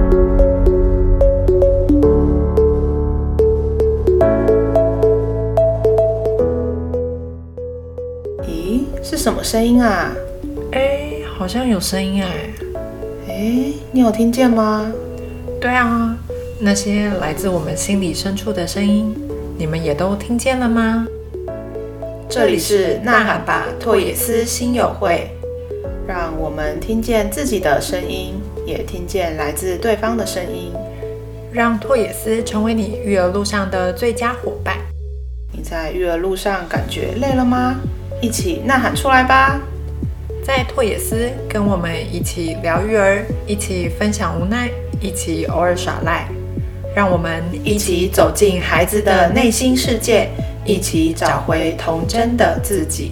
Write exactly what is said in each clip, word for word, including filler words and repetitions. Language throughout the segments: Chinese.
咦，是什么声音啊？ 哎，好像有声音哎。 哎，你有听见吗？ 对啊，那些来自我们心里深处的声音，你们也都听见了吗？ 这里是呐喊吧拓野斯心友会，让我们听见自己的声音，也听见来自对方的声音， 让拓野斯成为你育儿路上的最佳伙伴。 你在育儿路上感觉累了吗？一起呐喊出来吧！ 在拓野斯跟我们一起聊育儿，一起分享无奈，一起偶尔耍赖，让我们一起走进孩子的内心世界，一起找回童真的自己。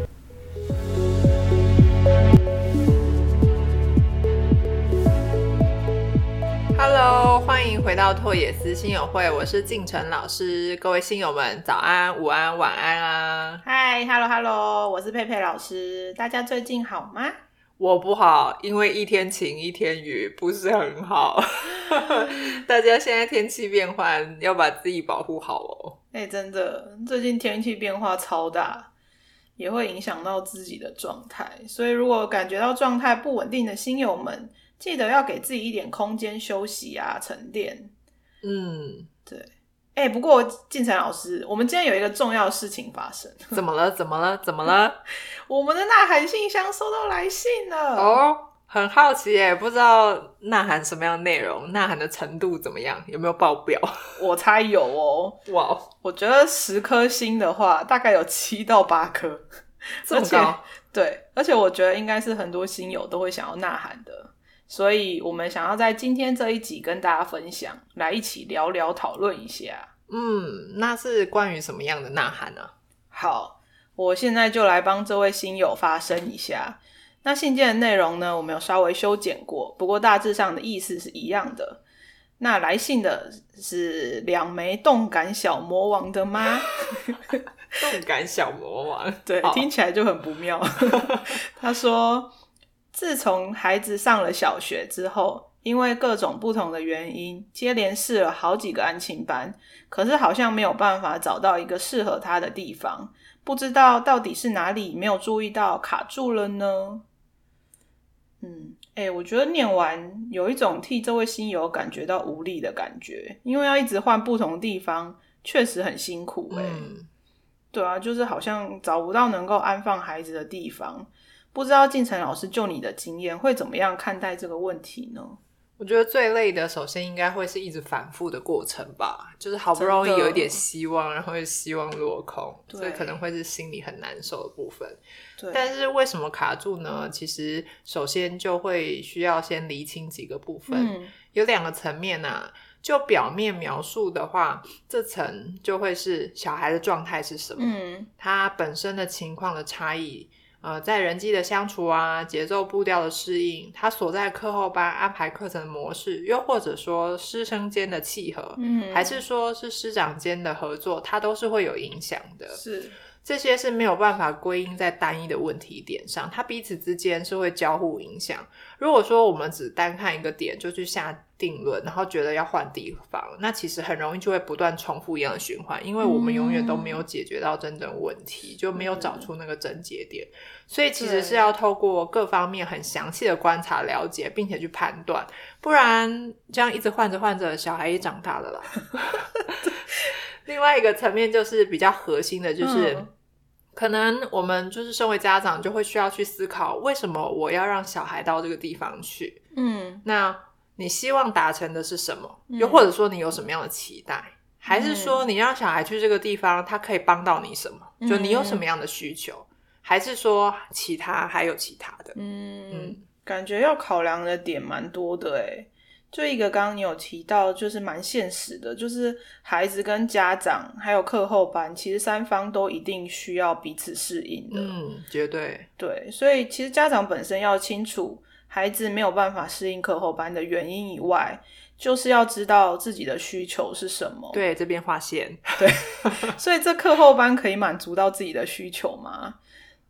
Hello， 欢迎回到拓野斯心友会，我是静晨老师。各位心友们，早安、午安、晚安啊！ 嗨 ，Hello Hello， 我是佩佩老师。大家最近好吗？ 我不好，因为一天晴一天雨，不是很好。大家现在天气变换，要把自己保护好哦。 哎、欸，真的，最近天气变化超大，也会影响到自己的状态。所以，如果感觉到状态不稳定的新友们，记得要给自己一点空间休息啊，沉淀。 嗯， 对。哎、欸，不过晋晨老师，我们今天有一个重要的事情发生。 怎么了？怎么了？怎么了？ 我们的呐喊信箱收到来信了。 哦，很好奇耶，不知道呐喊什么样的内容，呐喊的程度怎么样？有没有爆表？ 我猜有哦。哇，我觉得十颗星的话，大概有七到八颗， 这么高？ 对，而且我觉得应该是很多新友都会想要呐喊的。所以我们想要在今天这一集跟大家分享，来一起聊聊讨论一下。 嗯，那是关于什么样的呐喊呢？ 好，我现在就来帮这位新友发声一下。那信件的内容呢，我们有稍微修剪过，不过大致上的意思是一样的。那来信的是两枚动感小魔王的妈。 动感小魔王， 对，听起来就很不妙。他说，自从孩子上了小学之后，因为各种不同的原因，接连试了好几个安亲班，可是好像没有办法找到一个适合他的地方，不知道到底是哪里没有注意到卡住了呢？嗯，欸，我觉得念完有一种替这位新友感觉到无力的感觉，因为要一直换不同地方，确实很辛苦欸。嗯，对啊，就是好像找不到能够安放孩子的地方。不知道晋晨老师就你的经验会怎么样看待这个问题呢？ 我觉得最累的首先应该会是一直反复的过程吧，就是好不容易有一点希望，然后又希望落空，这可能会是心里很难受的部分。对，但是为什么卡住呢？其实首先就会需要先厘清几个部分。嗯，有两个层面啊，就表面描述的话，这层就会是小孩的状态是什么，嗯，他本身的情况的差异，呃，在人际的相处啊，节奏步调的适应，他所在课后班安排课程的模式，又或者说师生间的契合，嗯，还是说是师长间的合作，它都是会有影响的。是，这些是没有办法归因在单一的问题点上，它彼此之间是会交互影响。如果说我们只单看一个点就去下定论，然后觉得要换地方，那其实很容易就会不断重复一样的循环，因为我们永远都没有解决到真正问题，就没有找出那个症结点。所以其实是要透过各方面很详细的观察了解，并且去判断，不然这样一直换着换着，小孩也长大了啦。另外一个层面就是比较核心的，就是、嗯可能我们就是身为家长就会需要去思考，为什么我要让小孩到这个地方去，嗯，那你希望达成的是什么、嗯、又或者说你有什么样的期待、嗯、还是说你让小孩去这个地方他可以帮到你什么、嗯、就你有什么样的需求，还是说其他还有其他的。 嗯, 嗯感觉要考量的点蛮多的耶。就一个刚刚你有提到就是蛮现实的，就是孩子跟家长还有课后班，其实三方都一定需要彼此适应的。 嗯，绝对。 对，所以其实家长本身要清楚孩子没有办法适应课后班的原因以外，就是要知道自己的需求是什么。 对，这边划线。 对，所以这课后班可以满足到自己的需求吗？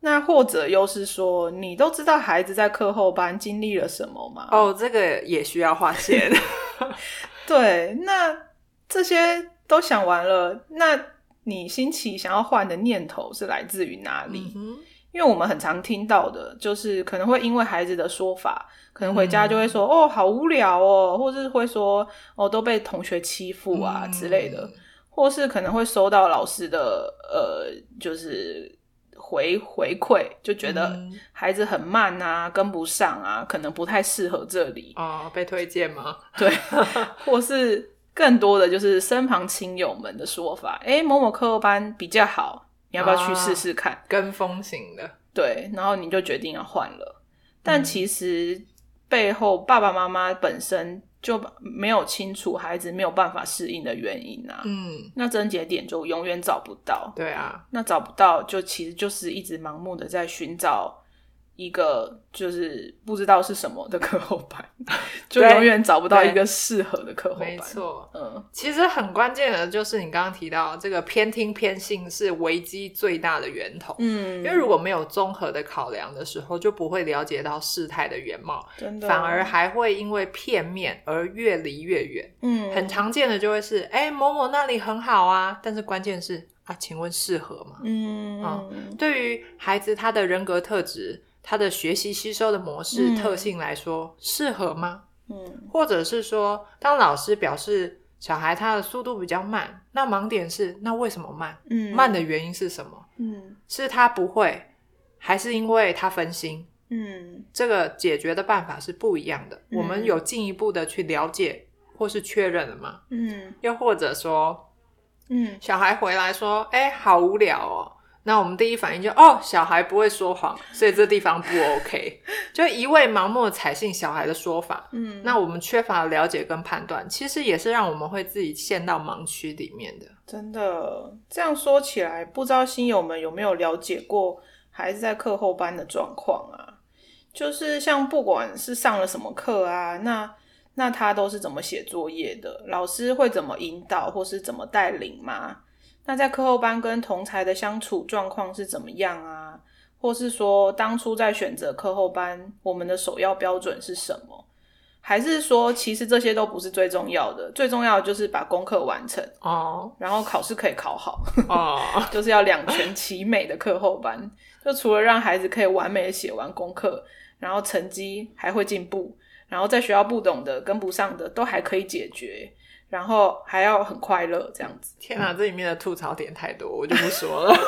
那或者又是说，你都知道孩子在课后班经历了什么吗？ 哦，这个也需要划线。 对，那这些都想完了，那你兴起想要换的念头是来自于哪里？嗯，因为我们很常听到的就是可能会因为孩子的说法，可能回家就会说、嗯、哦好无聊哦，或是会说哦都被同学欺负啊、嗯、之类的，或是可能会收到老师的呃就是回回馈，就觉得孩子很慢啊，跟不上啊，可能不太适合这里哦，被推荐吗？ 对，或是更多的就是身旁亲友们的说法，诶某某课后班比较好，你要不要去试试看、啊、 跟风型的， 对，然后你就决定要换了，但其实背后爸爸妈妈本身就没有清楚孩子没有办法适应的原因啊，嗯，那症结点就永远找不到。 对啊， 那找不到就其实就是一直盲目的在寻找一个就是不知道是什么的课后班，就永远找不到一个适合的课后班。 没错，嗯，其实很关键的就是你刚刚提到这个偏听偏信是危机最大的源头，嗯，因为如果没有综合的考量的时候，就不会了解到事态的原貌，真的，反而还会因为片面而越离越远。嗯，很常见的就会是，哎，某某那里很好啊，但是关键是啊，请问适合吗？嗯，嗯，对于孩子他的人格特质。他的学习吸收的模式、嗯、特性来说适合吗？嗯，或者是说当老师表示小孩他的速度比较慢，那盲点是那为什么慢？嗯，慢的原因是什么？嗯，是他不会还是因为他分心？嗯，这个解决的办法是不一样的、嗯、我们有进一步的去了解或是确认了吗？嗯，又或者说嗯，小孩回来说诶好无聊哦，那我们第一反应就哦，小孩不会说谎，所以这地方不 OK， 就一味盲目的采信小孩的说法。嗯，那我们缺乏了解跟判断，其实也是让我们会自己陷到盲区里面的。 真的，这样说起来，不知道新友们有没有了解过孩子在课后班的状况啊？就是像不管是上了什么课啊，那那他都是怎么写作业的？老师会怎么引导或是怎么带领吗？那在课后班跟同侪的相处状况是怎么样啊？或是说当初在选择课后班，我们的首要标准是什么？还是说其实这些都不是最重要的，最重要的就是把功课完成哦，然后考试可以考好哦，就是要两全其美的课后班。就除了让孩子可以完美的写完功课，然后成绩还会进步，然后在学校不懂的跟不上的都还可以解决，然后还要很快乐这样子。 天哪，这里面的吐槽点太多，我就不说了。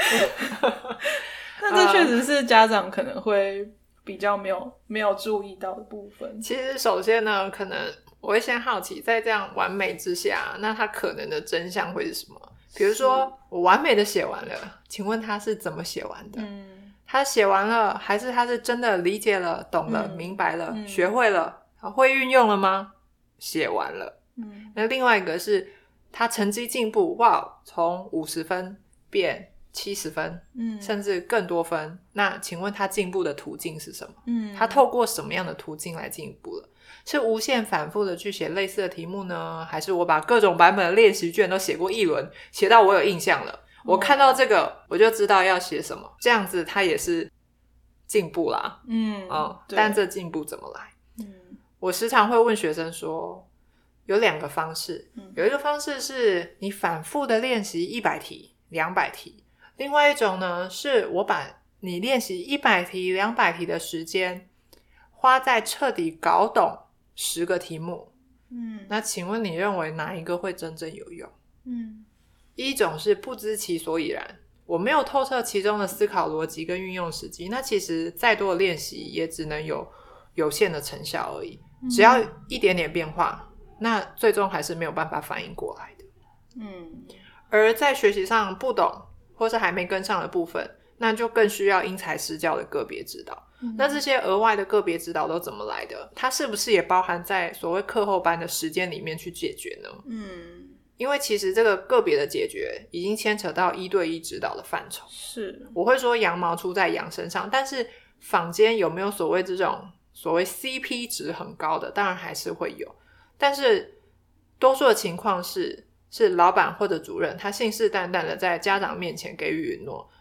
那这确实是家长可能会比较没有没有注意到的部分。 其实首先呢，可能我会先好奇，在这样完美之下，那他可能的真相会是什么？比如说我完美的写完了，请问他是怎么写完的？嗯，他写完了还是他是真的理解了懂了、嗯、明白了、嗯、学会了会运用了吗？写完了。嗯，那另外一个是他成绩进步，哇，从五十分变七十分，嗯，甚至更多分，那请问他进步的途径是什么？嗯，他透过什么样的途径来进步了？是无限反复的去写类似的题目呢，还是我把各种版本的练习卷都写过一轮，写到我有印象了，我看到这个我就知道要写什么，这样子他也是进步啦。嗯，哦，但这进步怎么来？嗯，我时常会问学生说有两个方式，有一个方式是你反复的练习一百题两百题，另外一种呢是我把你练习一百题两百题的时间花在彻底搞懂十个题目。嗯，那请问你认为哪一个会真正有用？嗯，一种是不知其所以然，我没有透彻其中的思考逻辑跟运用时机，那其实再多的练习也只能有有限的成效而已，只要一点点变化，那最终还是没有办法反应过来的。嗯，而在学习上不懂或是还没跟上的部分，那就更需要因材施教的个别指导。嗯，那这些额外的个别指导都怎么来的？它是不是也包含在所谓课后班的时间里面去解决呢？嗯，因为其实这个个别的解决已经牵扯到一对一指导的范畴。是，我会说羊毛出在羊身上，但是坊间有没有所谓这种所谓 C P 值很高的？当然还是会有，但是多数的情况是是老板或者主任他信誓旦旦的在家长面前给予允诺，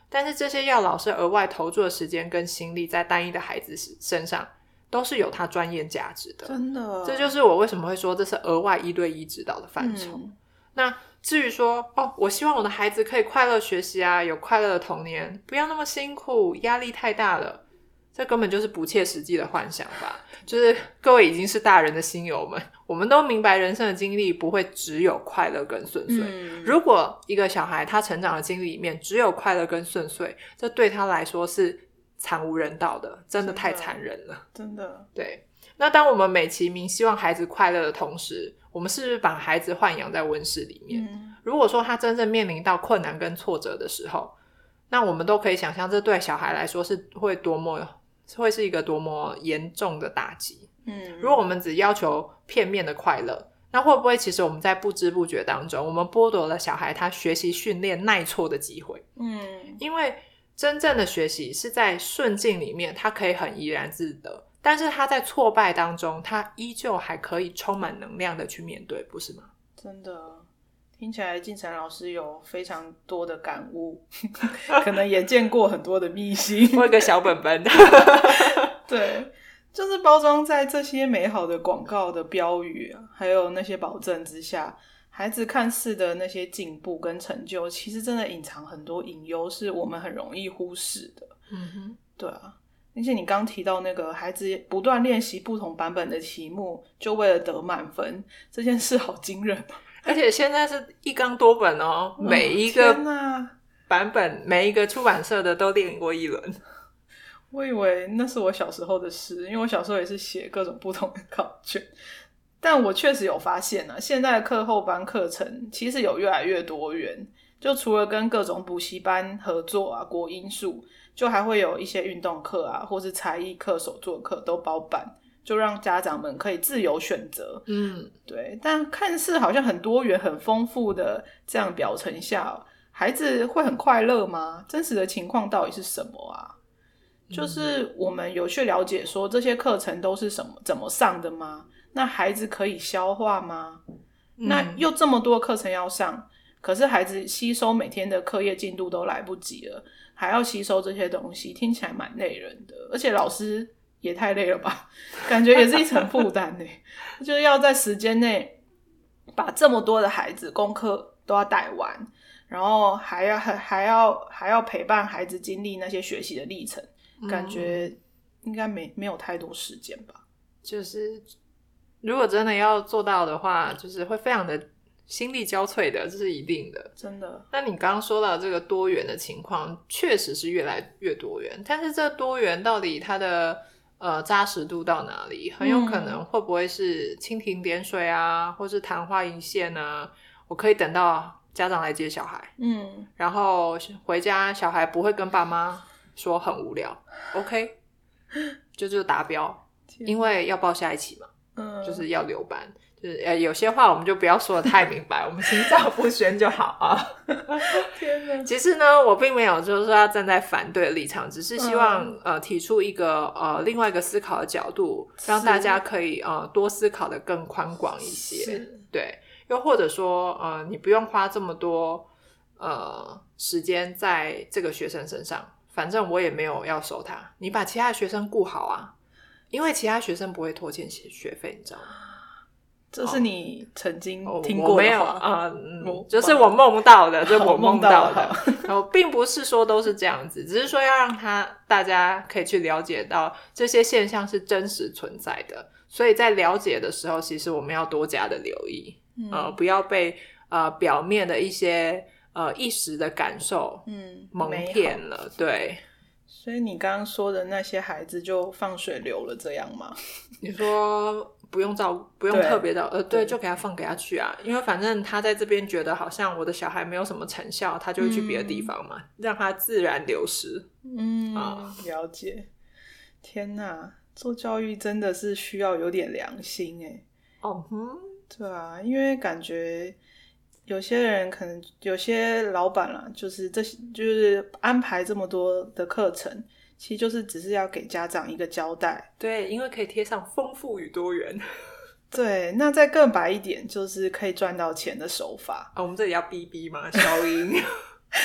但是这些要老师额外投注的时间跟心力在单一的孩子身上都是有他专业价值的， 真的， 这就是我为什么会说这是额外一对一指导的范畴、嗯、那至于说哦，我希望我的孩子可以快乐学习啊，有快乐的童年，不要那么辛苦，压力太大了，这根本就是不切实际的幻想吧。就是各位已经是大人的新友们，我们都明白人生的经历不会只有快乐跟顺遂、嗯、如果一个小孩他成长的经历里面只有快乐跟顺遂，这对他来说是惨无人道的，真的太残忍了， 真的。 对，那当我们美其名希望孩子快乐的同时，我们是不是把孩子豢养在温室里面、嗯、如果说他真正面临到困难跟挫折的时候，那我们都可以想象这对小孩来说是会多么会是一个多么严重的打击。嗯，如果我们只要求片面的快乐，那会不会其实我们在不知不觉当中，我们剥夺了小孩他学习训练耐挫的机会。嗯，因为真正的学习是在顺境里面他可以很怡然自得，但是他在挫败当中他依旧还可以充满能量的去面对，不是吗？ 真的，听起来晋成老师有非常多的感悟可能也见过很多的秘辛我有个小本本对，就是包装在这些美好的广告的标语啊，还有那些保证之下，孩子看似的那些进步跟成就，其实真的隐藏很多隐忧，是我们很容易忽视的。嗯哼，对啊，而且你刚提到那个孩子不断练习不同版本的题目，就为了得满分，这件事好惊人哦。 而且现在是一纲多本哦，每一个版本、每一个出版社的都练过一轮。 我以为那是我小时候的事，因为我小时候也是写各种不同的考卷。但我确实有发现啊，现在的课后班课程其实有越来越多元，就除了跟各种补习班合作啊，国英数，就还会有一些运动课啊，或是才艺课、手作课都包办，就让家长们可以自由选择。嗯，对。但看似好像很多元、很丰富的这样表层下，孩子会很快乐吗？真实的情况到底是什么啊？就是我们有去了解说这些课程都是什么怎么上的吗？那孩子可以消化吗？嗯、那又这么多课程要上，可是孩子吸收每天的课业进度都来不及了，还要吸收这些东西，听起来蛮累人的，而且老师也太累了吧，感觉也是一层负担耶就是要在时间内把这么多的孩子功课都要带完，然后还要还还要还要陪伴孩子经历那些学习的历程，感觉应该没没有太多时间吧。 就是如果真的要做到的话，就是会非常的心力交瘁的，这是一定的， 真的。 那你刚刚说到这个多元的情况，确实是越来越多元，但是这多元到底它的呃扎实度到哪里，很有可能会不会是蜻蜓点水啊，或是昙花一现啊，我可以等到家长来接小孩，嗯，然后回家小孩不会跟爸妈说很无聊 OK 就就达标，因为要报下一期嘛，嗯，就是要留班，就是呃有些话我们就不要说的太明白我们心照不宣就好啊天哪， 其实呢我并没有就是说要站在反对的立场，只是希望、嗯、呃提出一个呃另外一个思考的角度，让大家可以呃多思考的更宽广一些，对，又或者说呃你不用花这么多呃时间在这个学生身上，反正我也没有要收他，你把其他学生顾好啊，因为其他学生不会拖欠学费，你知道吗？ 这是你曾经听过的话？哦、我没有啊、呃嗯，就是我梦到的，这我梦到的。然后并不是说都是这样子，只是说要让他大家可以去了解到这些现象是真实存在的。所以在了解的时候，其实我们要多加的留意，嗯、呃，不要被呃表面的一些呃一时的感受嗯蒙骗了，对。 所以你刚刚说的那些孩子就放水流了，这样吗？ 你说不用照不用特别照呃对，就给他放给他去啊，因为反正他在这边觉得好像我的小孩没有什么成效，他就会去别的地方嘛、嗯、让他自然流失。嗯、啊、 了解。天哪，做教育真的是需要有点良心耶。哦哼，对啊，因为感觉有些人可能有些老板啦，就是这就是安排这么多的课程，其实就是只是要给家长一个交代。 对，因为可以贴上丰富与多元。 对，那再更白一点，就是可以赚到钱的手法。 啊，我们这里要逼逼吗？消音。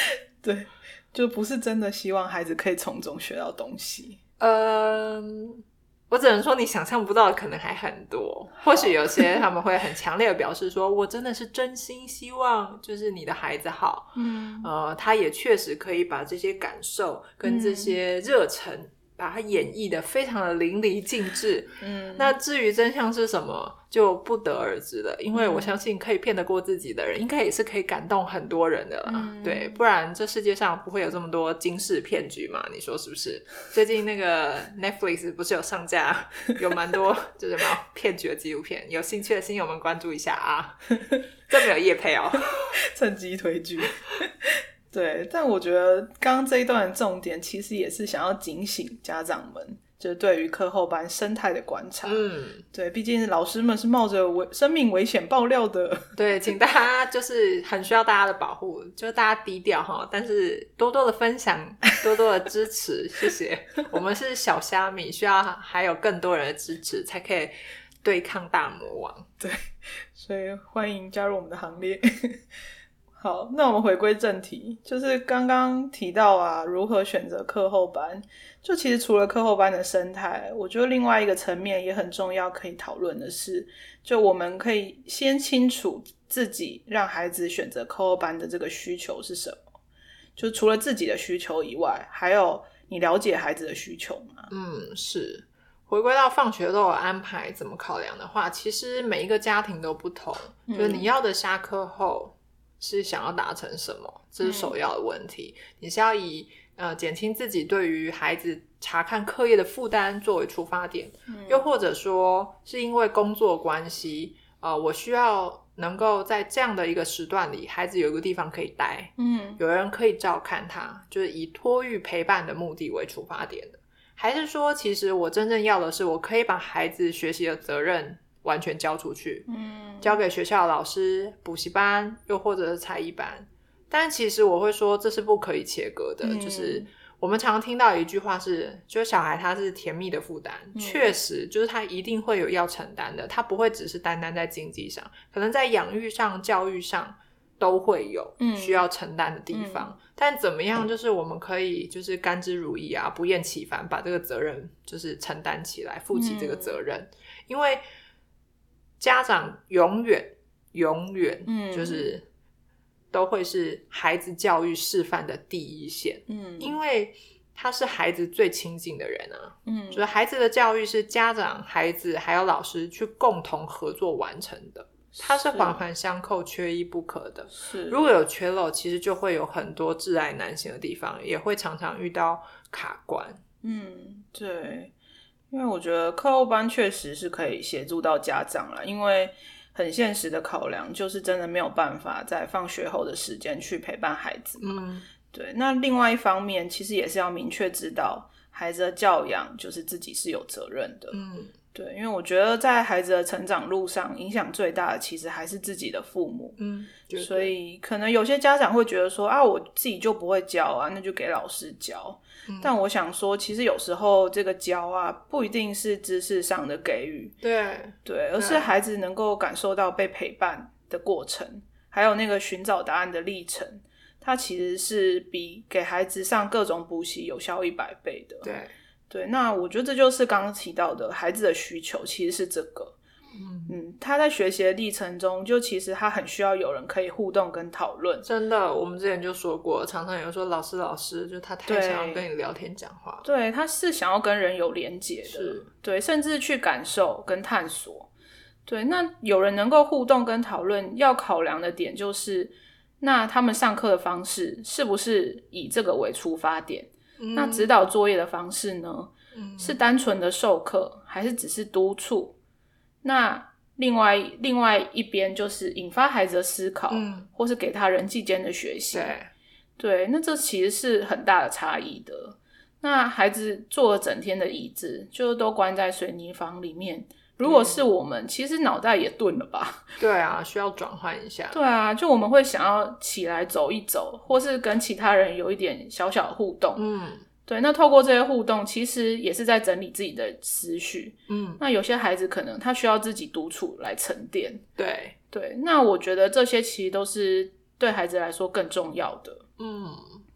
对，就不是真的希望孩子可以从中学到东西。 嗯，我只能说你想象不到的可能还很多，或许有些他们会很强烈的表示说我真的是真心希望就是你的孩子好，嗯，呃，他也确实可以把这些感受跟这些热忱、嗯、把它演绎的非常的淋漓尽致，嗯，那至于真相是什么就不得而知了，因为我相信可以骗得过自己的人应该也是可以感动很多人的啦、嗯、对，不然这世界上不会有这么多惊世骗局嘛，你说是不是？最近那个 Netflix 不是有上架有蛮多就是什么骗局的纪录片，有兴趣的新友们关注一下啊，这没有业配哦趁机推剧对，但我觉得刚刚这一段的重点其实也是想要警醒家长们，就是对于课后班生态的观察。嗯，对，毕竟老师们是冒着危生命危险爆料的。 对，请大家就是很需要大家的保护，就是大家低调哈，但是多多的分享，多多的支持，谢谢。我们是小虾米，需要还有更多人的支持，才可以对抗大魔王。 对，所以欢迎加入我们的行列。好，那我们回归正题，就是刚刚提到啊，如何选择课后班，就其实除了课后班的生态，我觉得另外一个层面也很重要可以讨论的是，就我们可以先清楚自己让孩子选择课后班的这个需求是什么，就除了自己的需求以外，还有你了解孩子的需求吗？ 嗯，是。回归到放学都有安排怎么考量的话，其实每一个家庭都不同，嗯、就是你要的下课后是想要达成什么，这是首要的问题、嗯、你是要以呃减轻自己对于孩子查看课业的负担作为出发点、嗯、又或者说是因为工作关系呃，我需要能够在这样的一个时段里孩子有一个地方可以待，嗯，有人可以照看他，就是以托育陪伴的目的为出发点的，还是说其实我真正要的是我可以把孩子学习的责任完全交出去，嗯，交给学校的老师、补习班又或者是才艺班，但其实我会说这是不可以切割的、嗯、就是我们常听到一句话是就是小孩他是甜蜜的负担、嗯、确实就是他一定会有要承担的，他不会只是单单在经济上，可能在养育上教育上都会有需要承担的地方、嗯、但怎么样就是我们可以就是甘之如饴啊，不厌其烦把这个责任就是承担起来，负起这个责任、嗯、因为家长永远永远就是都会是孩子教育示范的第一线，嗯，因为他是孩子最亲近的人啊，嗯，就是孩子的教育是家长、孩子还有老师去共同合作完成的，它是环环相扣、缺一不可的。是，如果有缺漏，其实就会有很多窒碍难行的地方，也会常常遇到卡关。 嗯，对。因为我觉得课后班确实是可以协助到家长啦，因为很现实的考量就是真的没有办法在放学后的时间去陪伴孩子嘛。嗯，对。那另外一方面其实也是要明确知道孩子的教养就是自己是有责任的。嗯，对，因为我觉得在孩子的成长路上影响最大的其实还是自己的父母。嗯，所以可能有些家长会觉得说啊，我自己就不会教啊，那就给老师教。嗯、但我想说其实有时候这个教啊不一定是知识上的给予， 对对，而是孩子能够感受到被陪伴的过程，还有那个寻找答案的历程，它其实是比给孩子上各种补习有效一百倍的。 对对，那我觉得这就是刚刚提到的孩子的需求其实是这个。嗯, 嗯他在学习的历程中就其实他很需要有人可以互动跟讨论， 真的我们之前就说过，常常有人说老师老师就他太想要跟你聊天讲话， 对，他是想要跟人有连结的，是，对，甚至去感受跟探索。对，那有人能够互动跟讨论要考量的点就是那他们上课的方式是不是以这个为出发点、嗯、那指导作业的方式呢、嗯、是单纯的授课还是只是督促，那另外另外一边就是引发孩子的思考、嗯、或是给他人际间的学习，对对，那这其实是很大的差异的。那孩子坐了整天的椅子就都关在水泥房里面，如果是我们、嗯、其实脑袋也钝了吧， 对啊，需要转换一下， 对啊，就我们会想要起来走一走，或是跟其他人有一点小小的互动，嗯，对，那透过这些互动其实也是在整理自己的思绪，嗯，那有些孩子可能他需要自己独处来沉淀， 对对， 那我觉得这些其实都是对孩子来说更重要的，嗯，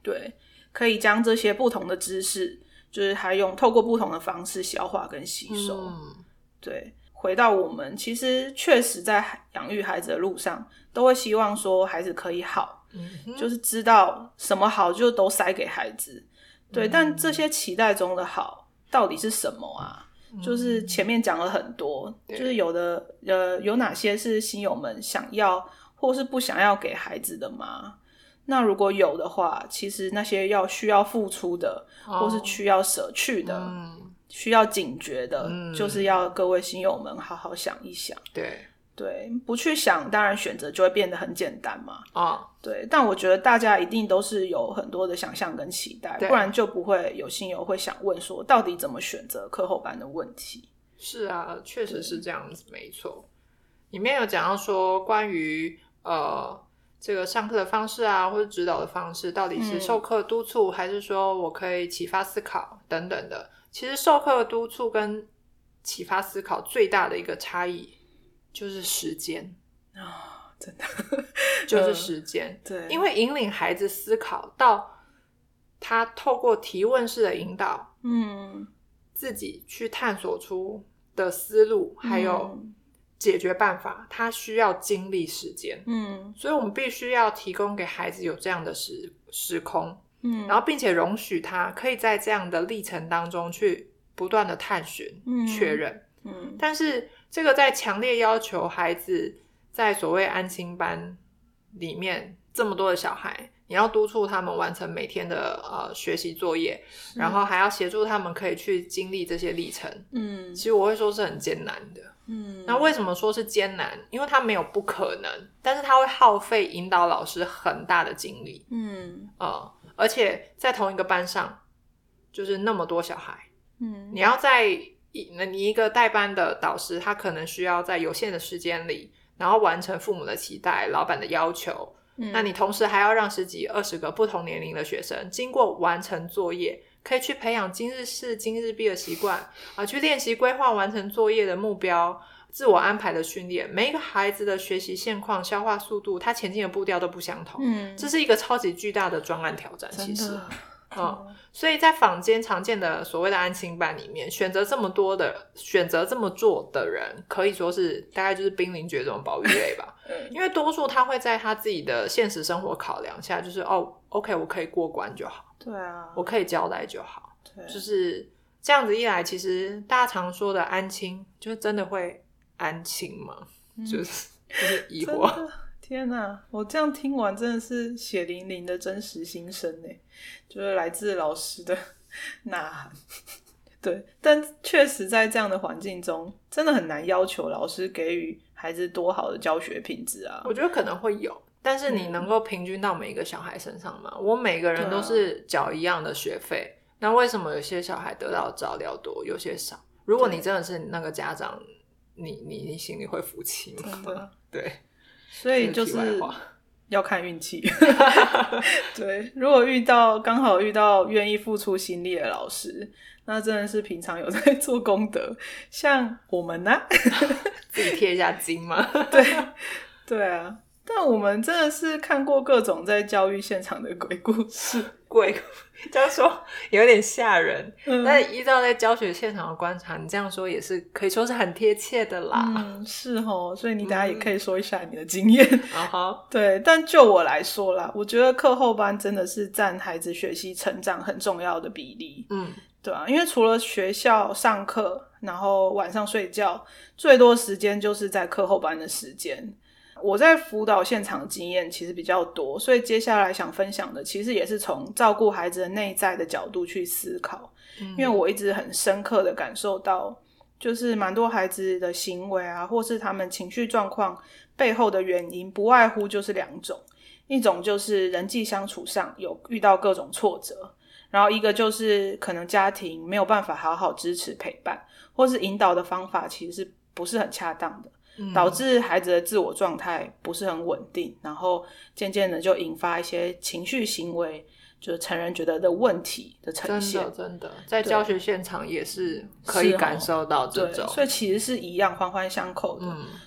对，可以将这些不同的知识，就是还用透过不同的方式消化跟吸收。嗯，对。回到我们其实确实在养育孩子的路上都会希望说孩子可以好，嗯，就是知道什么好就都塞给孩子，对，嗯，但这些期待中的好到底是什么啊？嗯，就是前面讲了很多，就是有的呃有哪些是新友们想要或是不想要给孩子的吗？那如果有的话，其实那些要需要付出的，哦，或是需要舍去的，嗯，需要警觉的，嗯，就是要各位新友们好好想一想。 对对，不去想，当然选择就会变得很简单嘛。啊，对，但我觉得大家一定都是有很多的想象跟期待，不然就不会有新友会想问说，到底怎么选择课后班的问题。 是啊，确实是这样子，没错。里面有讲到说，关于呃。这个上课的方式啊，或者指导的方式，到底是授课督促，嗯，还是说我可以启发思考等等的。其实授课督促跟启发思考最大的一个差异就是时间啊，哦，真的就是时间，呃。对，因为引领孩子思考到他透过提问式的引导，嗯，自己去探索出的思路，还有解决办法，他需要精力时间，嗯，所以我们必须要提供给孩子有这样的时时空，嗯，然后并且容许他可以在这样的历程当中去不断的探寻、嗯，确认，嗯，但是这个在强烈要求孩子在所谓安亲班里面这么多的小孩，你要督促他们完成每天的呃学习作业，然后还要协助他们可以去经历这些历程，嗯，其实我会说是很艰难的。嗯，那为什么说是艰难？因为它没有不可能，但是它会耗费引导老师很大的精力。嗯，呃，而且在同一个班上，就是那么多小孩，嗯，你要在你一个带班的导师，他可能需要在有限的时间里，然后完成父母的期待、老板的要求。嗯，那你同时还要让十几、二十个不同年龄的学生经过完成作业。可以去培养今日事今日毕的习惯啊，去练习规划完成作业的目标，自我安排的训练。每一个孩子的学习现况、消化速度，他前进的步调都不相同。嗯，这是一个超级巨大的专案挑战，其实。嗯，所以在坊间常见的所谓的安亲班里面，选择这么多的选择这么做的人，可以说是大概就是濒临绝种的保育类吧。因为多数他会在他自己的现实生活考量下，就是哦 ，OK， 我可以过关就好。 对啊， 我可以交代就好。对，就是这样子一来，其实大家常说的安亲，就是真的会安亲吗？嗯，就是就是疑惑。 天哪，我这样听完真的是血淋淋的真实心声耶，就是来自老师的呐喊。对，但确实在这样的环境中，真的很难要求老师给予孩子多好的教学品质啊。 我觉得可能会有。但是你能够平均到每一个小孩身上吗？嗯，我每个人都是缴一样的学费，那为什么有些小孩得到的照料多，有些少？如果你真的是那个家长，你你你心里会服气吗？ 真的， 对， 所以就是要看运气。对，如果遇到刚好遇到愿意付出心力的老师，那真的是平常有在做功德。像我们呢，啊， 自己贴一下金吗？ 对，对啊。但我们真的是看过各种在教育现场的鬼故事， 鬼这样说有点吓人，嗯，但依照在教学现场的观察，你这样说也是可以说是很贴切的啦。 嗯，是齁，所以你等一下也可以说一下你的经验。 嗯，好， 对，但就我来说啦，我觉得课后班真的是占孩子学习成长很重要的比例。嗯，对啊，因为除了学校上课，然后晚上睡觉，最多时间就是在课后班的时间。我在辅导现场经验其实比较多，所以接下来想分享的其实也是从照顾孩子的内在的角度去思考。嗯，因为我一直很深刻的感受到，就是蛮多孩子的行为啊，或是他们情绪状况背后的原因，不外乎就是两种，一种就是人际相处上有遇到各种挫折，然后一个就是可能家庭没有办法好好支持陪伴，或是引导的方法其实是不是很恰当的，导致孩子的自我状态不是很稳定，然后渐渐的就引发一些情绪行为，就是成人觉得的问题的呈现。 真的真的在教学现场也是可以感受到这种， 所以其实是一样环环相扣的。嗯，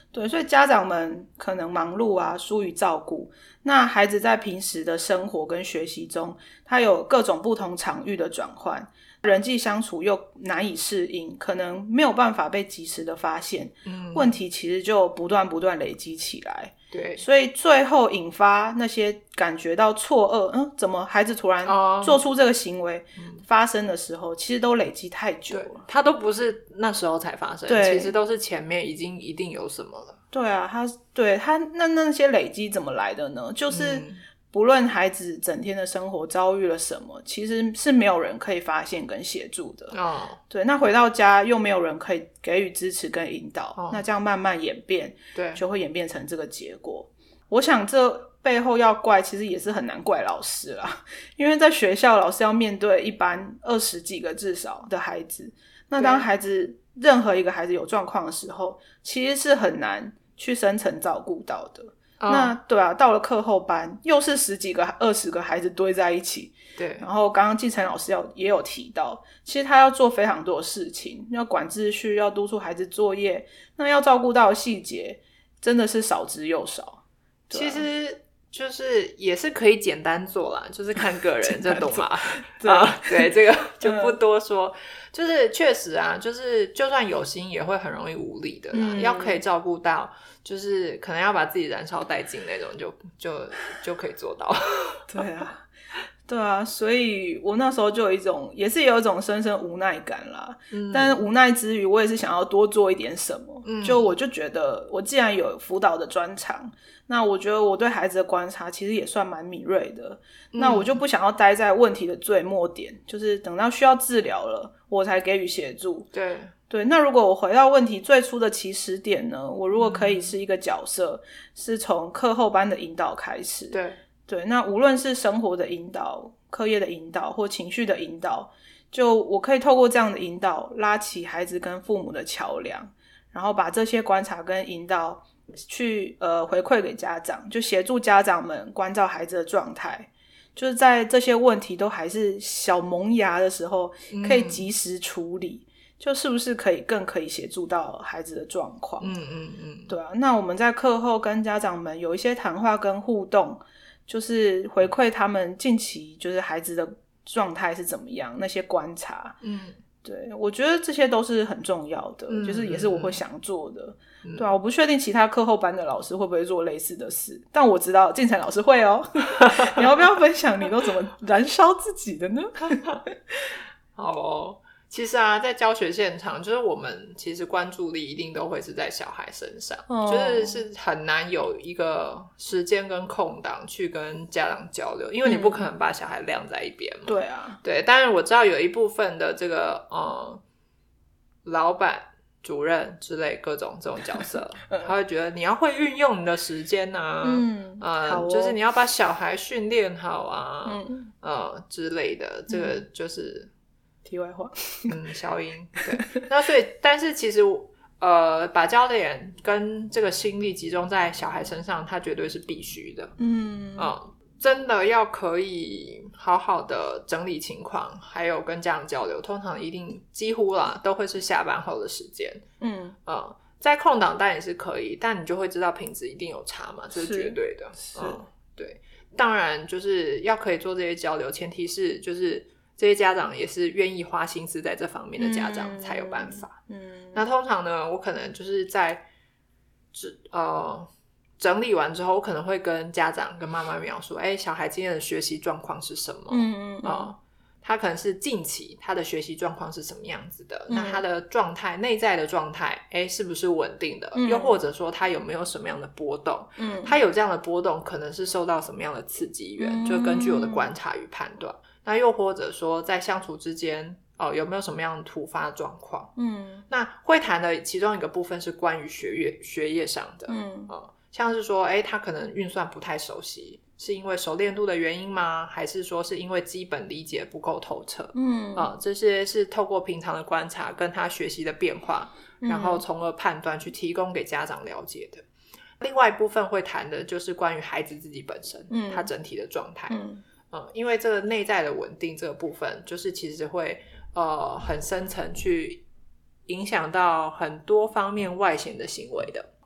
对，所以家长们可能忙碌啊，疏于照顾，那孩子在平时的生活跟学习中，他有各种不同场域的转换，人际相处又难以适应，可能没有办法被及时的发现，嗯，问题其实就不断不断累积起来。 对， 所以最后引发那些感觉到错愕，嗯，怎么孩子突然做出这个行为发生的时候，嗯，其实都累积太久了， 他都不是那时候才发生，其实都是前面已经一定有什么了。 对啊，他对他那那些累积怎么来的呢？就是不论孩子整天的生活遭遇了什么，其实是没有人可以发现跟协助的。哦，对，那回到家又没有人可以给予支持跟引导，哦，那这样慢慢演变，对，就会演变成这个结果。我想这背后要怪，其实也是很难怪老师啦，因为在学校老师要面对一班二十几个至少的孩子，那当孩子任何一个孩子有状况的时候，其实是很难去深层照顾到的。Oh. 那对啊，到了课后班又是十几个二十个孩子堆在一起，对，然后刚刚季承老师要也有提到，其实他要做非常多的事情，要管秩序，要督促孩子作业，那要照顾到的细节真的是少之又少。啊， 其实就是也是可以简单做啦，就是看个人这懂吗？对，啊，对，这个就不多说。嗯，就是确实啊，就是就算有心也会很容易无力的啦，嗯，要可以照顾到就是可能要把自己燃烧殆尽那种就就就可以做到。 对啊对啊，所以我那时候就有一种也是有一种深深无奈感啦，嗯，但无奈之余我也是想要多做一点什么，嗯，就我就觉得我既然有辅导的专长，那我觉得我对孩子的观察其实也算蛮敏锐的，嗯，那我就不想要待在问题的最末点，就是等到需要治疗了我才给予协助。对对，那如果我回到问题最初的起始点呢，我如果可以是一个角色，嗯，是从课后班的引导开始，对对，那无论是生活的引导、课业的引导或情绪的引导，就我可以透过这样的引导拉起孩子跟父母的桥梁，然后把这些观察跟引导去呃回馈给家长，就协助家长们关照孩子的状态，就是在这些问题都还是小萌芽的时候可以及时处理，嗯，就是不是可以更可以协助到孩子的状况。嗯嗯嗯，对啊，那我们在课后跟家长们有一些谈话跟互动，就是回馈他们近期就是孩子的状态是怎么样，那些观察，嗯，对，我觉得这些都是很重要的，嗯，就是也是我会想做的，嗯，对啊，我不确定其他课后班的老师会不会做类似的事，但我知道晋成老师会哦。你要不要分享你都怎么燃烧自己的呢？ 好哦，其实啊，在教学现场，就是我们其实关注力一定都会是在小孩身上，哦，就是是很难有一个时间跟空档去跟家长交流，因为你不可能把小孩晾在一边嘛。嗯，对啊，对。当然我知道有一部分的这个呃老板、主任之类各种这种角色，他会觉得你要会运用你的时间啊，嗯，呃，哦，就是你要把小孩训练好啊，嗯，呃之类的，这个就是。嗯， 题外话， 嗯，消音对，那所以，但是其实，呃，把焦点跟这个心力集中在小孩身上，它绝对是必须的。嗯嗯，真的要可以好好的整理情况，还有跟家长交流，通常一定几乎啦都会是下班后的时间。嗯嗯，在空档当然也是可以，但你就会知道品质一定有差嘛，这是绝对的。是，嗯，对，当然就是要可以做这些交流，前提是就是。这些家长也是愿意花心思在这方面的家长才有办法。嗯，那通常呢，我可能就是在呃整理完之后，我可能会跟家长跟妈妈描述，哎，小孩今天的学习状况是什么？嗯嗯嗯、呃，他可能是近期他的学习状况是什么样子的？嗯、那他的状态，内在的状态，哎，是不是稳定的？嗯、又或者说他有没有什么样的波动？嗯，他有这样的波动，可能是受到什么样的刺激源？嗯、就根据我的观察与判断。那又或者说在相处之间哦，有没有什么样的突发状况？嗯，那会谈的其中一个部分是关于学业学业上的，嗯、呃、像是说诶他可能运算不太熟悉，是因为熟练度的原因吗？还是说是因为基本理解不够透彻？嗯、呃、这些是透过平常的观察跟他学习的变化，然后从而判断去提供给家长了解的。另外一部分会谈的就是关于孩子自己本身，嗯、他整体的状态。嗯嗯，因为这个内在的稳定这个部分，就是其实会呃很深层去影响到很多方面外显的行为的。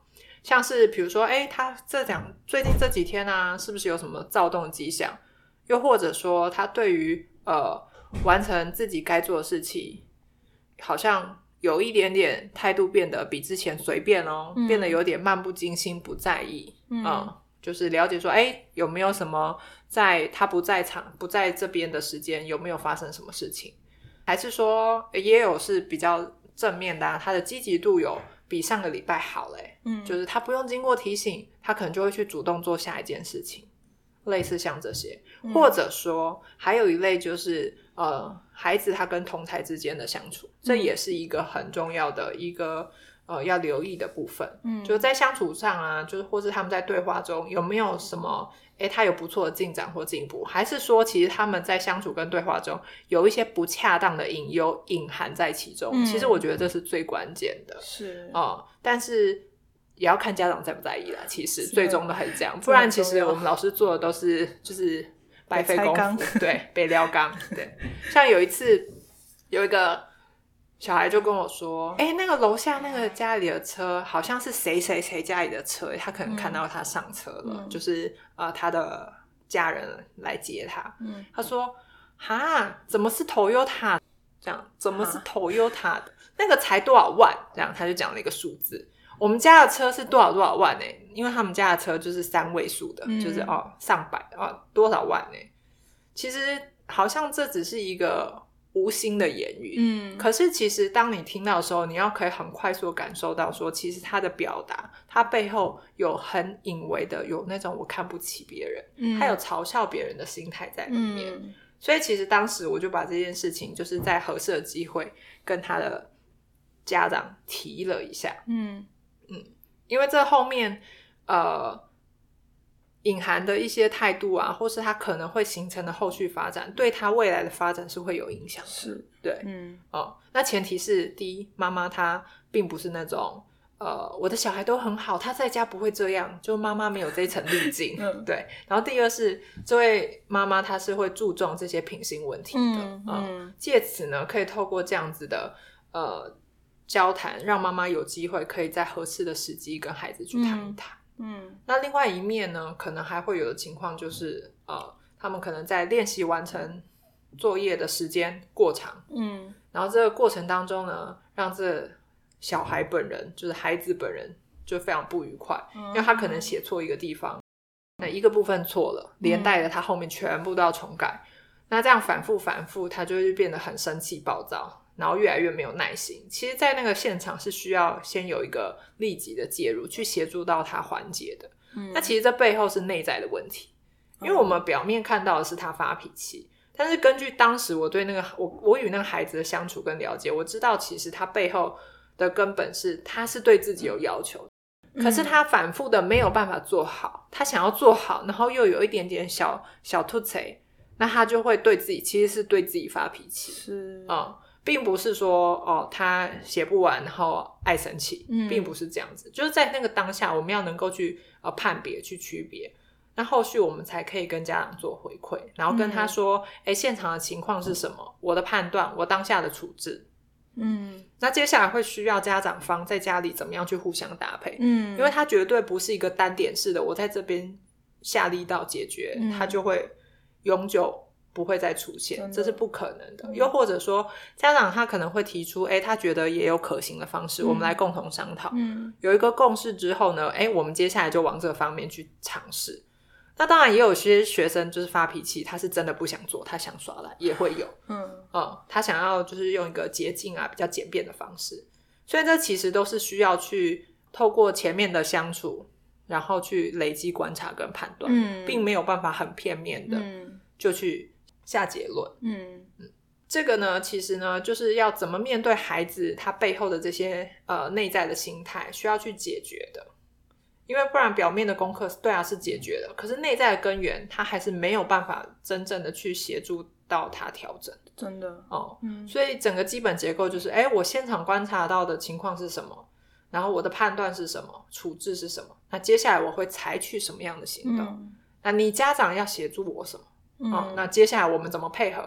像是比如说哎，他这两最近这几天啊是不是有什么躁动的迹象，又或者说他对于呃完成自己该做的事情好像有一点点态度变得比之前随便哦、嗯、变得有点漫不经心不在意， 嗯, 嗯就是了解说哎，有没有什么在他不在场不在这边的时间有没有发生什么事情，还是说也有是比较正面的、啊、他的积极度有比上个礼拜好了、欸嗯、就是他不用经过提醒他可能就会去主动做下一件事情，类似像这些、嗯、或者说还有一类就是呃，孩子他跟同侪之间的相处，这也是一个很重要的一个呃要留意的部分，嗯，就在相处上啊，就是或是他们在对话中有没有什么诶他有不错的进展或进步，还是说其实他们在相处跟对话中有一些不恰当的隐忧隐含在其中、嗯、其实我觉得这是最关键的， 是啊、呃，但是也要看家长在不在意啦，其实最终都还是这样，不然其实我们老师做的都是就是白费功夫，对，被撩缸，对。像有一次有一个小孩就跟我说哎、欸，那个楼下那个家里的车好像是谁谁谁家里的车，他可能看到他上车了、嗯、就是呃他的家人来接他、嗯、他说哈怎么是 Toyota 这样，怎么是 Toyota 的那个才多少万，这样他就讲了一个数字，我们家的车是多少多少万欸，因为他们家的车就是三位数的、嗯、就是哦上百哦多少万欸，其实好像这只是一个无心的言语，嗯，可是其实当你听到的时候，你要可以很快速感受到说其实他的表达他背后有很隐微的有那种我看不起别人、嗯、他有嘲笑别人的心态在里面、嗯、所以其实当时我就把这件事情就是在合适的机会跟他的家长提了一下，嗯嗯，因为这后面呃隐含的一些态度啊，或是他可能会形成的后续发展，对他未来的发展是会有影响的， 是， 对，嗯，哦，那前提是第一，妈妈她并不是那种呃，我的小孩都很好，他在家不会这样，就妈妈没有这一层滤镜、嗯、对，然后第二是这位妈妈她是会注重这些品性问题的，嗯嗯，借此呢可以透过这样子的呃交谈，让妈妈有机会可以在合适的时机跟孩子去谈一谈，嗯嗯，那另外一面呢可能还会有的情况就是呃，他们可能在练习完成作业的时间过长，嗯，然后这个过程当中呢让这小孩本人就是孩子本人就非常不愉快、嗯、因为他可能写错一个地方，那一个部分错了，连带的他后面全部都要重改、嗯、那这样反复反复他就会变得很生气暴躁，然后越来越没有耐心，其实在那个现场是需要先有一个立即的介入去协助到他缓解的、嗯、那其实这背后是内在的问题，因为我们表面看到的是他发脾气、嗯、但是根据当时我对那个 我, 我与那个孩子的相处跟了解，我知道其实他背后的根本是他是对自己有要求、嗯、可是他反复的没有办法做好，他想要做好然后又有一点点小小突贼，那他就会对自己其实是对自己发脾气， 是嗯，并不是说哦他写不完然后爱生气、嗯、并不是这样子，就是在那个当下我们要能够去呃判别去区别，那后续我们才可以跟家长做回馈，然后跟他说诶、嗯、现场的情况是什么，我的判断我当下的处置，嗯，那接下来会需要家长方在家里怎么样去互相搭配，嗯，因为它绝对不是一个单点式的我在这边下力道解决、嗯、它就会永久不会再出现，这是不可能的、嗯、又或者说家长他可能会提出诶他觉得也有可行的方式、嗯、我们来共同商讨、嗯、有一个共识之后呢诶我们接下来就往这个方面去尝试，那当然也有些学生就是发脾气，他是真的不想做，他想耍赖也会有，嗯嗯，他想要就是用一个捷径啊比较简便的方式，所以这其实都是需要去透过前面的相处然后去累积观察跟判断、嗯、并没有办法很片面的就去下结论，嗯嗯，这个呢其实呢就是要怎么面对孩子他背后的这些呃内在的心态需要去解决的，因为不然表面的功课对啊是解决的，可是内在的根源他还是没有办法真正的去协助到他调整， 真的哦、嗯，所以整个基本结构就是诶我现场观察到的情况是什么，然后我的判断是什么，处置是什么，那接下来我会采取什么样的行动、嗯、那你家长要协助我什么、嗯哦、那接下来我们怎么配合，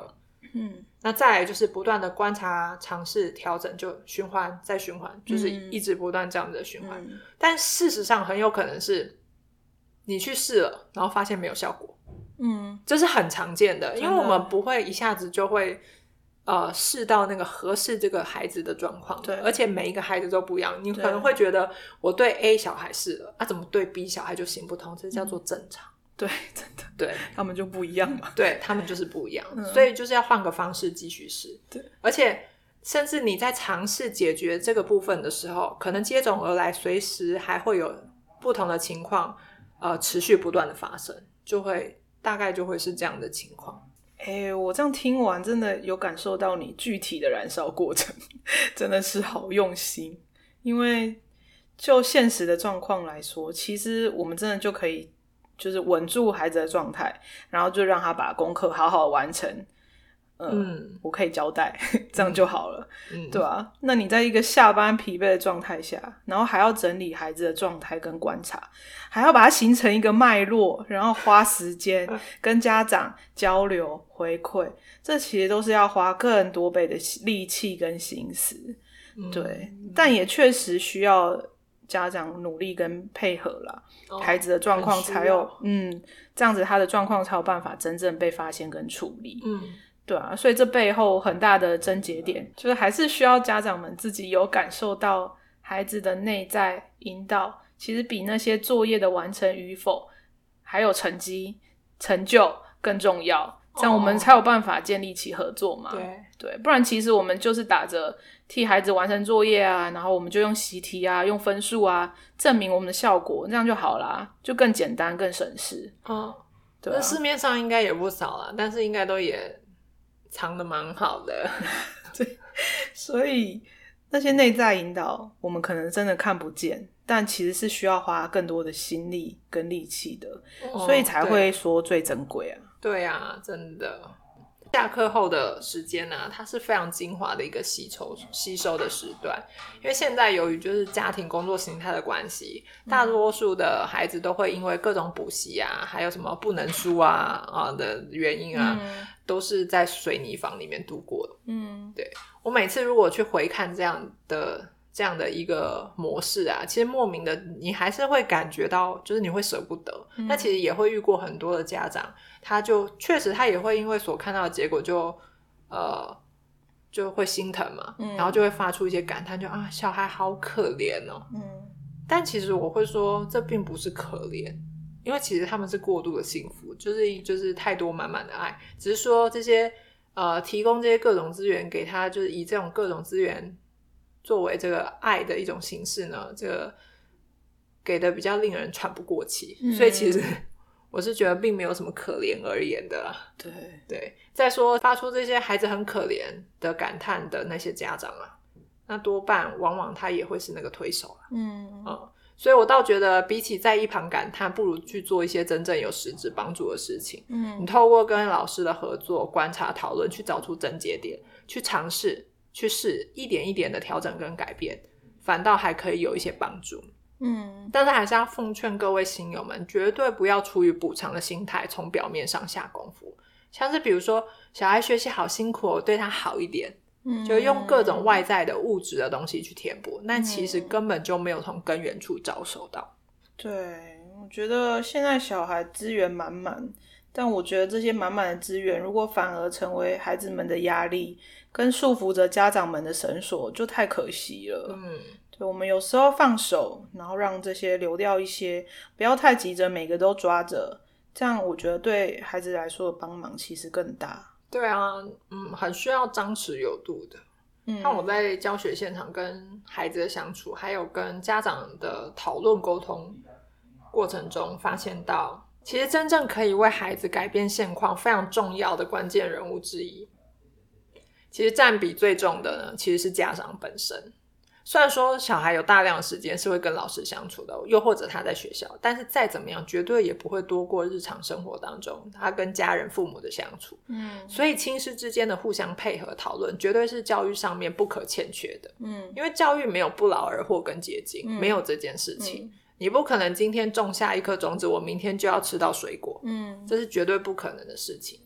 嗯，那再来就是不断的观察、尝试、调整，就循环再循环，就是一直不断这样子的循环、嗯、但事实上很有可能是你去试了然后发现没有效果，嗯，这是很常见的，因为我们不会一下子就会呃试到那个合适这个孩子的状况，对，而且每一个孩子都不一样，你可能会觉得我对 A 小孩试了啊，怎么对 B 小孩就行不通，这叫做正常、嗯， 对，真的， 对， 他们就不一样嘛， 对，他们就是不一样、嗯、所以就是要换个方式继续试，对，而且甚至你在尝试解决这个部分的时候，可能接踵而来随时还会有不同的情况呃，持续不断的发生，就会大概就会是这样的情况。 欸，我这样听完真的有感受到你具体的燃烧过程真的是好用心，因为就现实的状况来说，其实我们真的就可以就是稳住孩子的状态，然后就让他把功课好好完成，呃、嗯，我可以交代这样就好了、嗯、对啊，那你在一个下班疲惫的状态下，然后还要整理孩子的状态跟观察，还要把它形成一个脉络，然后花时间跟家长交流回馈，这其实都是要花更多倍的力气跟心思、嗯、对，但也确实需要家长努力跟配合啦、哦、孩子的状况才有嗯，这样子他的状况才有办法真正被发现跟处理，嗯，对啊，所以这背后很大的症结点就是还是需要家长们自己有感受到孩子的内在引导，其实比那些作业的完成与否还有成绩成就更重要，这样我们才有办法建立起合作嘛、哦、对对，不然其实我们就是打着替孩子完成作业啊，然后我们就用习题啊用分数啊证明我们的效果，这样就好啦，就更简单更省事。 哦，对啊，市面上应该也不少啦，但是应该都也藏得蛮好的对，所以那些内在引导我们可能真的看不见，但其实是需要花更多的心力跟力气的、哦、所以才会说最珍贵啊。 对啊，真的下课后的时间啊，它是非常精华的一个吸收吸收的时段，因为现在由于就是家庭工作形态的关系、嗯、大多数的孩子都会因为各种补习啊还有什么不能输啊啊的原因啊、嗯、都是在水泥房里面度过的。嗯，对，我每次如果去回看这样的这样的一个模式啊，其实莫名的你还是会感觉到就是你会舍不得、嗯、那其实也会遇过很多的家长，他就确实他也会因为所看到的结果就呃就会心疼嘛、嗯、然后就会发出一些感叹，就啊小孩好可怜哦。嗯，但其实我会说这并不是可怜，因为其实他们是过度的幸福，就是就是太多满满的爱，只是说这些呃提供这些各种资源给他，就是以这种各种资源作为这个爱的一种形式呢，这个给的比较令人喘不过气、嗯、所以其实我是觉得并没有什么可怜而言的啦。 对对，再说发出这些孩子很可怜的感叹的那些家长啊，那多半往往他也会是那个推手啦。嗯嗯，所以我倒觉得比起在一旁感叹，不如去做一些真正有实质帮助的事情。嗯，你透过跟老师的合作观察讨论，去找出症结点，去尝试去试，一点一点的调整跟改变，反倒还可以有一些帮助。嗯，但是还是要奉劝各位亲友们，绝对不要出于补偿的心态从表面上下功夫，像是比如说小孩学习好辛苦，我对他好一点，嗯，就用各种外在的物质的东西去填补，那其实根本就没有从根源处着手到。 对，我觉得现在小孩资源满满，但我觉得这些满满的资源如果反而成为孩子们的压力跟束缚着家长们的绳索，就太可惜了。嗯，对，我们有时候放手，然后让这些流掉一些，不要太急着每个都抓着，这样我觉得对孩子来说的帮忙其实更大。 对啊，嗯，很需要张弛有度的。嗯，像我在教学现场跟孩子的相处，还有跟家长的讨论沟通过程中，发现到其实真正可以为孩子改变现况非常重要的关键人物之一，其实占比最重的呢，其实是家长本身。虽然说小孩有大量的时间是会跟老师相处的，又或者他在学校，但是再怎么样绝对也不会多过日常生活当中他跟家人父母的相处。嗯，所以亲师之间的互相配合讨论绝对是教育上面不可欠缺的。嗯，因为教育没有不劳而获跟捷径、嗯、没有这件事情、嗯、你不可能今天种下一颗种子我明天就要吃到水果。嗯，这是绝对不可能的事情。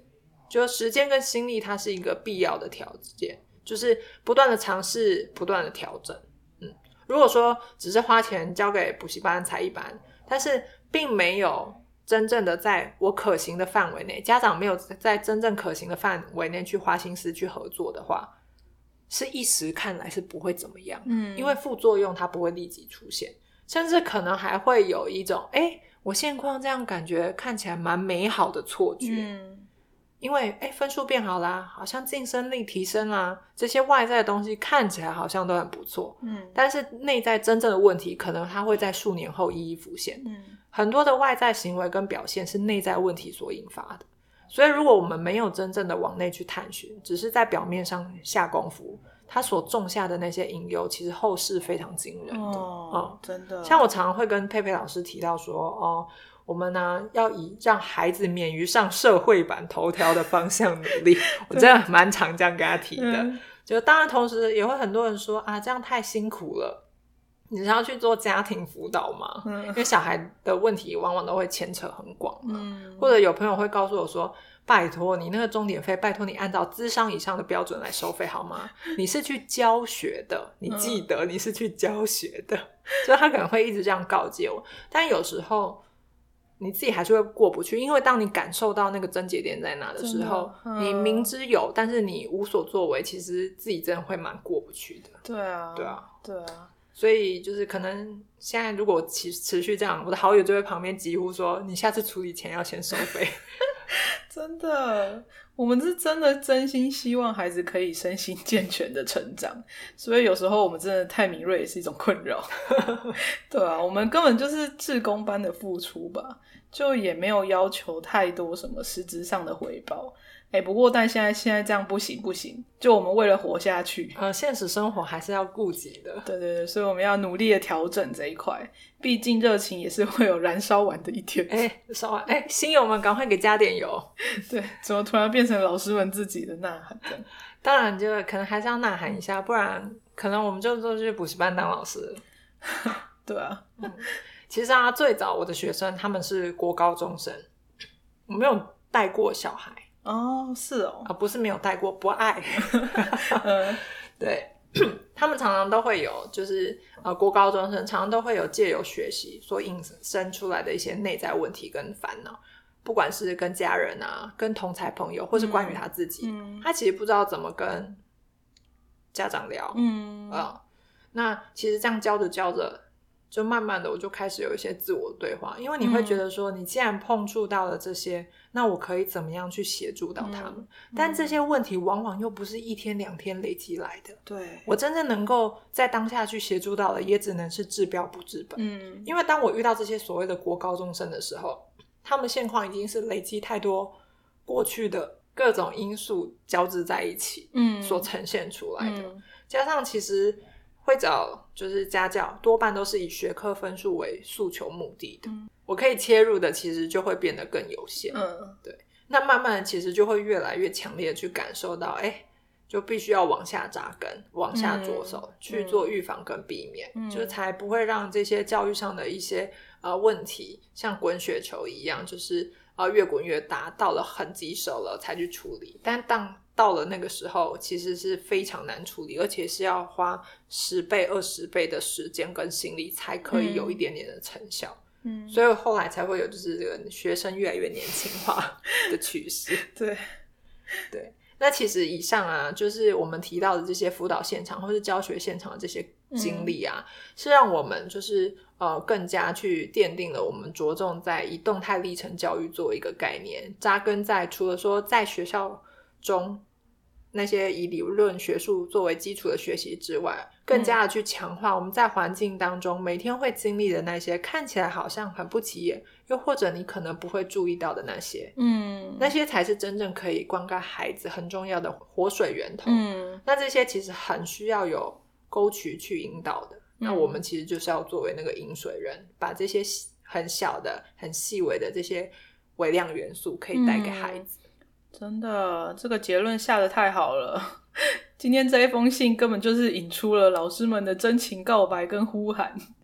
就时间跟心力它是一个必要的条件，就是不断的尝试，不断的调整。嗯，如果说只是花钱交给补习班、才艺班，但是并没有真正的在我可行的范围内，家长没有在真正可行的范围内去花心思去合作的话，是一时看来是不会怎么样。嗯，因为副作用它不会立即出现，甚至可能还会有一种诶我现况这样感觉看起来蛮美好的错觉。嗯，因为诶分数变好啦，好像竞争力提升啦，这些外在的东西看起来好像都很不错。嗯，但是内在真正的问题可能它会在数年后一一浮现。嗯，很多的外在行为跟表现是内在问题所引发的，所以如果我们没有真正的往内去探寻，只是在表面上下功夫，它所种下的那些隐忧其实后世非常惊人的。 哦、嗯，真的。 像我常常会跟佩佩老师提到说，哦，我们呢要以让孩子免于上社会版头条的方向努力。我真的蛮常这样跟他提的。嗯，就当然同时也会很多人说啊，这样太辛苦了，你是要去做家庭辅导吗？嗯，因为小孩的问题往往都会牵扯很广嘛。嗯，或者有朋友会告诉我说，拜托你那个钟点费，拜托你按照諮商以上的标准来收费好吗？你是去教学的，你记得你是去教学的。所以他可能会一直这样告诫我，但有时候你自己还是会过不去，因为当你感受到那个症结点在哪的时候，嗯，你明知有但是你无所作为，其实自己真的会蛮过不去的。 对啊对啊对啊， 所以就是可能现在如果持持续这样，我的好友就会旁边疾呼说，你下次处理前要先收费。 真的，我们是真的真心希望孩子可以身心健全的成长，所以有时候我们真的太敏锐也是一种困扰。对啊，我们根本就是志工般的付出吧，就也没有要求太多什么实质上的回报。欸，不过但现在现在这样不行不行，就我们为了活下去， 呃，现实生活还是要顾及的。 对对对，所以我们要努力的调整这一块，毕竟热情也是会有燃烧完的一天。 哎，烧完哎，新友们赶快给加点油。 对，怎么突然变成老师们自己的呐喊这样？ 当然就可能还是要呐喊一下，不然可能我们就都去补习班当老师。 对啊， 嗯，其实啊，最早我的学生他们是国高中生，我没有带过小孩。 哦，是哦， 啊，不是没有带过，不爱。嗯，对，他们常常都会有，就是呃，国高中生常常都会有借由学习所引申出来的一些内在问题跟烦恼，不管是跟家人啊，跟同侪朋友，或是关于他自己，嗯，他其实不知道怎么跟家长聊。嗯，呃，那其实这样教着教着，就慢慢的我就开始有一些自我对话，因为你会觉得说，你既然碰触到了这些，那我可以怎么样去协助到他们。嗯，但这些问题往往又不是一天两天累积来的。 对， 我真正能够在当下去协助到的，也只能是治标不治本。嗯，因为当我遇到这些所谓的国高中生的时候，他们现况已经是累积太多过去的各种因素交织在一起，嗯，所呈现出来的。嗯，加上其实会找就是家教，多半都是以学科分数为诉求目的的。嗯，我可以切入的其实就会变得更有限。嗯，对。那慢慢的其实就会越来越强烈的去感受到，哎，就必须要往下扎根，往下着手，嗯，去做预防跟避免，嗯，就才不会让这些教育上的一些呃问题像滚雪球一样，就是呃越滚越大，到了很棘手了才去处理。但当到了那个时候其实是非常难处理，而且是要花十倍二十倍的时间跟心力才可以有一点点的成效。嗯，所以后来才会有就是这个学生越来越年轻化的趋势。 对对，那其实以上啊，就是我们提到的这些辅导现场或是教学现场的这些经历啊，嗯，是让我们就是呃更加去奠定了我们着重在以动态历程教育作为一个概念，扎根在除了说在学校中那些以理论学术作为基础的学习之外，更加的去强化我们在环境当中每天会经历的那些看起来好像很不起眼，又或者你可能不会注意到的那些，嗯，那些才是真正可以灌溉孩子很重要的活水源头。嗯，那这些其实很需要有沟渠去引导的，嗯，那我们其实就是要作为那个引水人，把这些很小的很细微的这些微量元素可以带给孩子。嗯， 真的，这个结论下得太好了。今天这一封信根本就是引出了老师们的真情告白跟呼喊。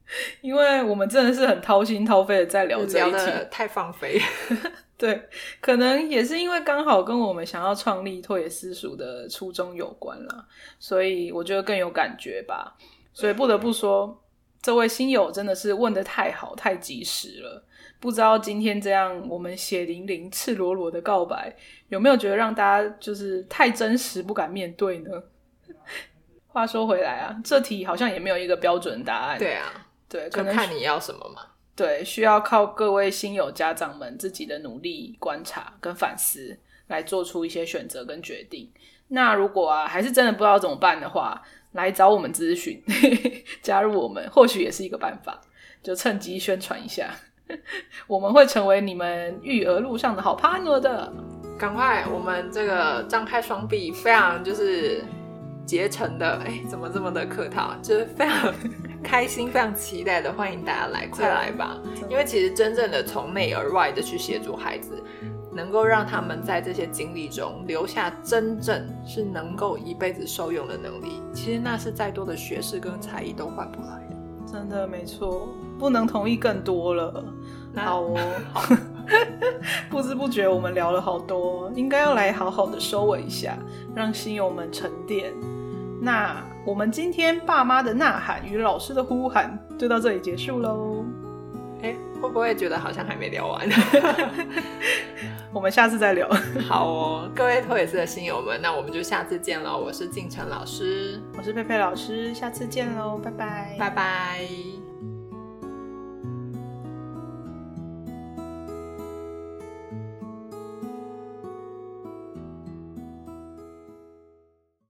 因为我们真的是很掏心掏肺的在聊这一题， 聊得太放飞。 对，可能也是因为刚好跟我们想要创立拓野私塾的初衷有关啦，所以我觉得更有感觉吧。所以不得不说，这位新友真的是问得太好太及时了。不知道今天这样我们血淋淋赤裸裸的告白，有没有觉得让大家就是太真实不敢面对呢？话说回来啊，这题好像也没有一个标准答案。 对啊， 对， 就看你要什么嘛。 对，需要靠各位新友家长们自己的努力观察跟反思来做出一些选择跟决定。那如果啊还是真的不知道怎么办的话，来找我们咨询加入我们或许也是一个办法，就趁机宣传一下我们会成为你们育儿路上的好 partner 的。 赶快，我们这个张开双臂，非常就是竭诚的，哎，怎么这么的客套，就是非常开心非常期待的欢迎大家来，快来吧。因为其实真正的从内而外的去协助孩子，能够让他们在这些经历中留下真正是能够一辈子受用的能力，其实那是再多的学识跟才艺都换不来的。 真的没错，不能同意更多了。好哦，好不知不觉我们聊了好多，应该要来好好的收尾一下，让新友们沉淀。那我们今天爸妈的呐喊与老师的呼喊就到这里结束咯。 哎，会不会觉得好像还没聊完我们下次再聊。 好哦，各位拓野斯的新友们，那我们就下次见咯。我是静晨老师， 我是佩佩老师，下次见咯，拜拜， 拜拜。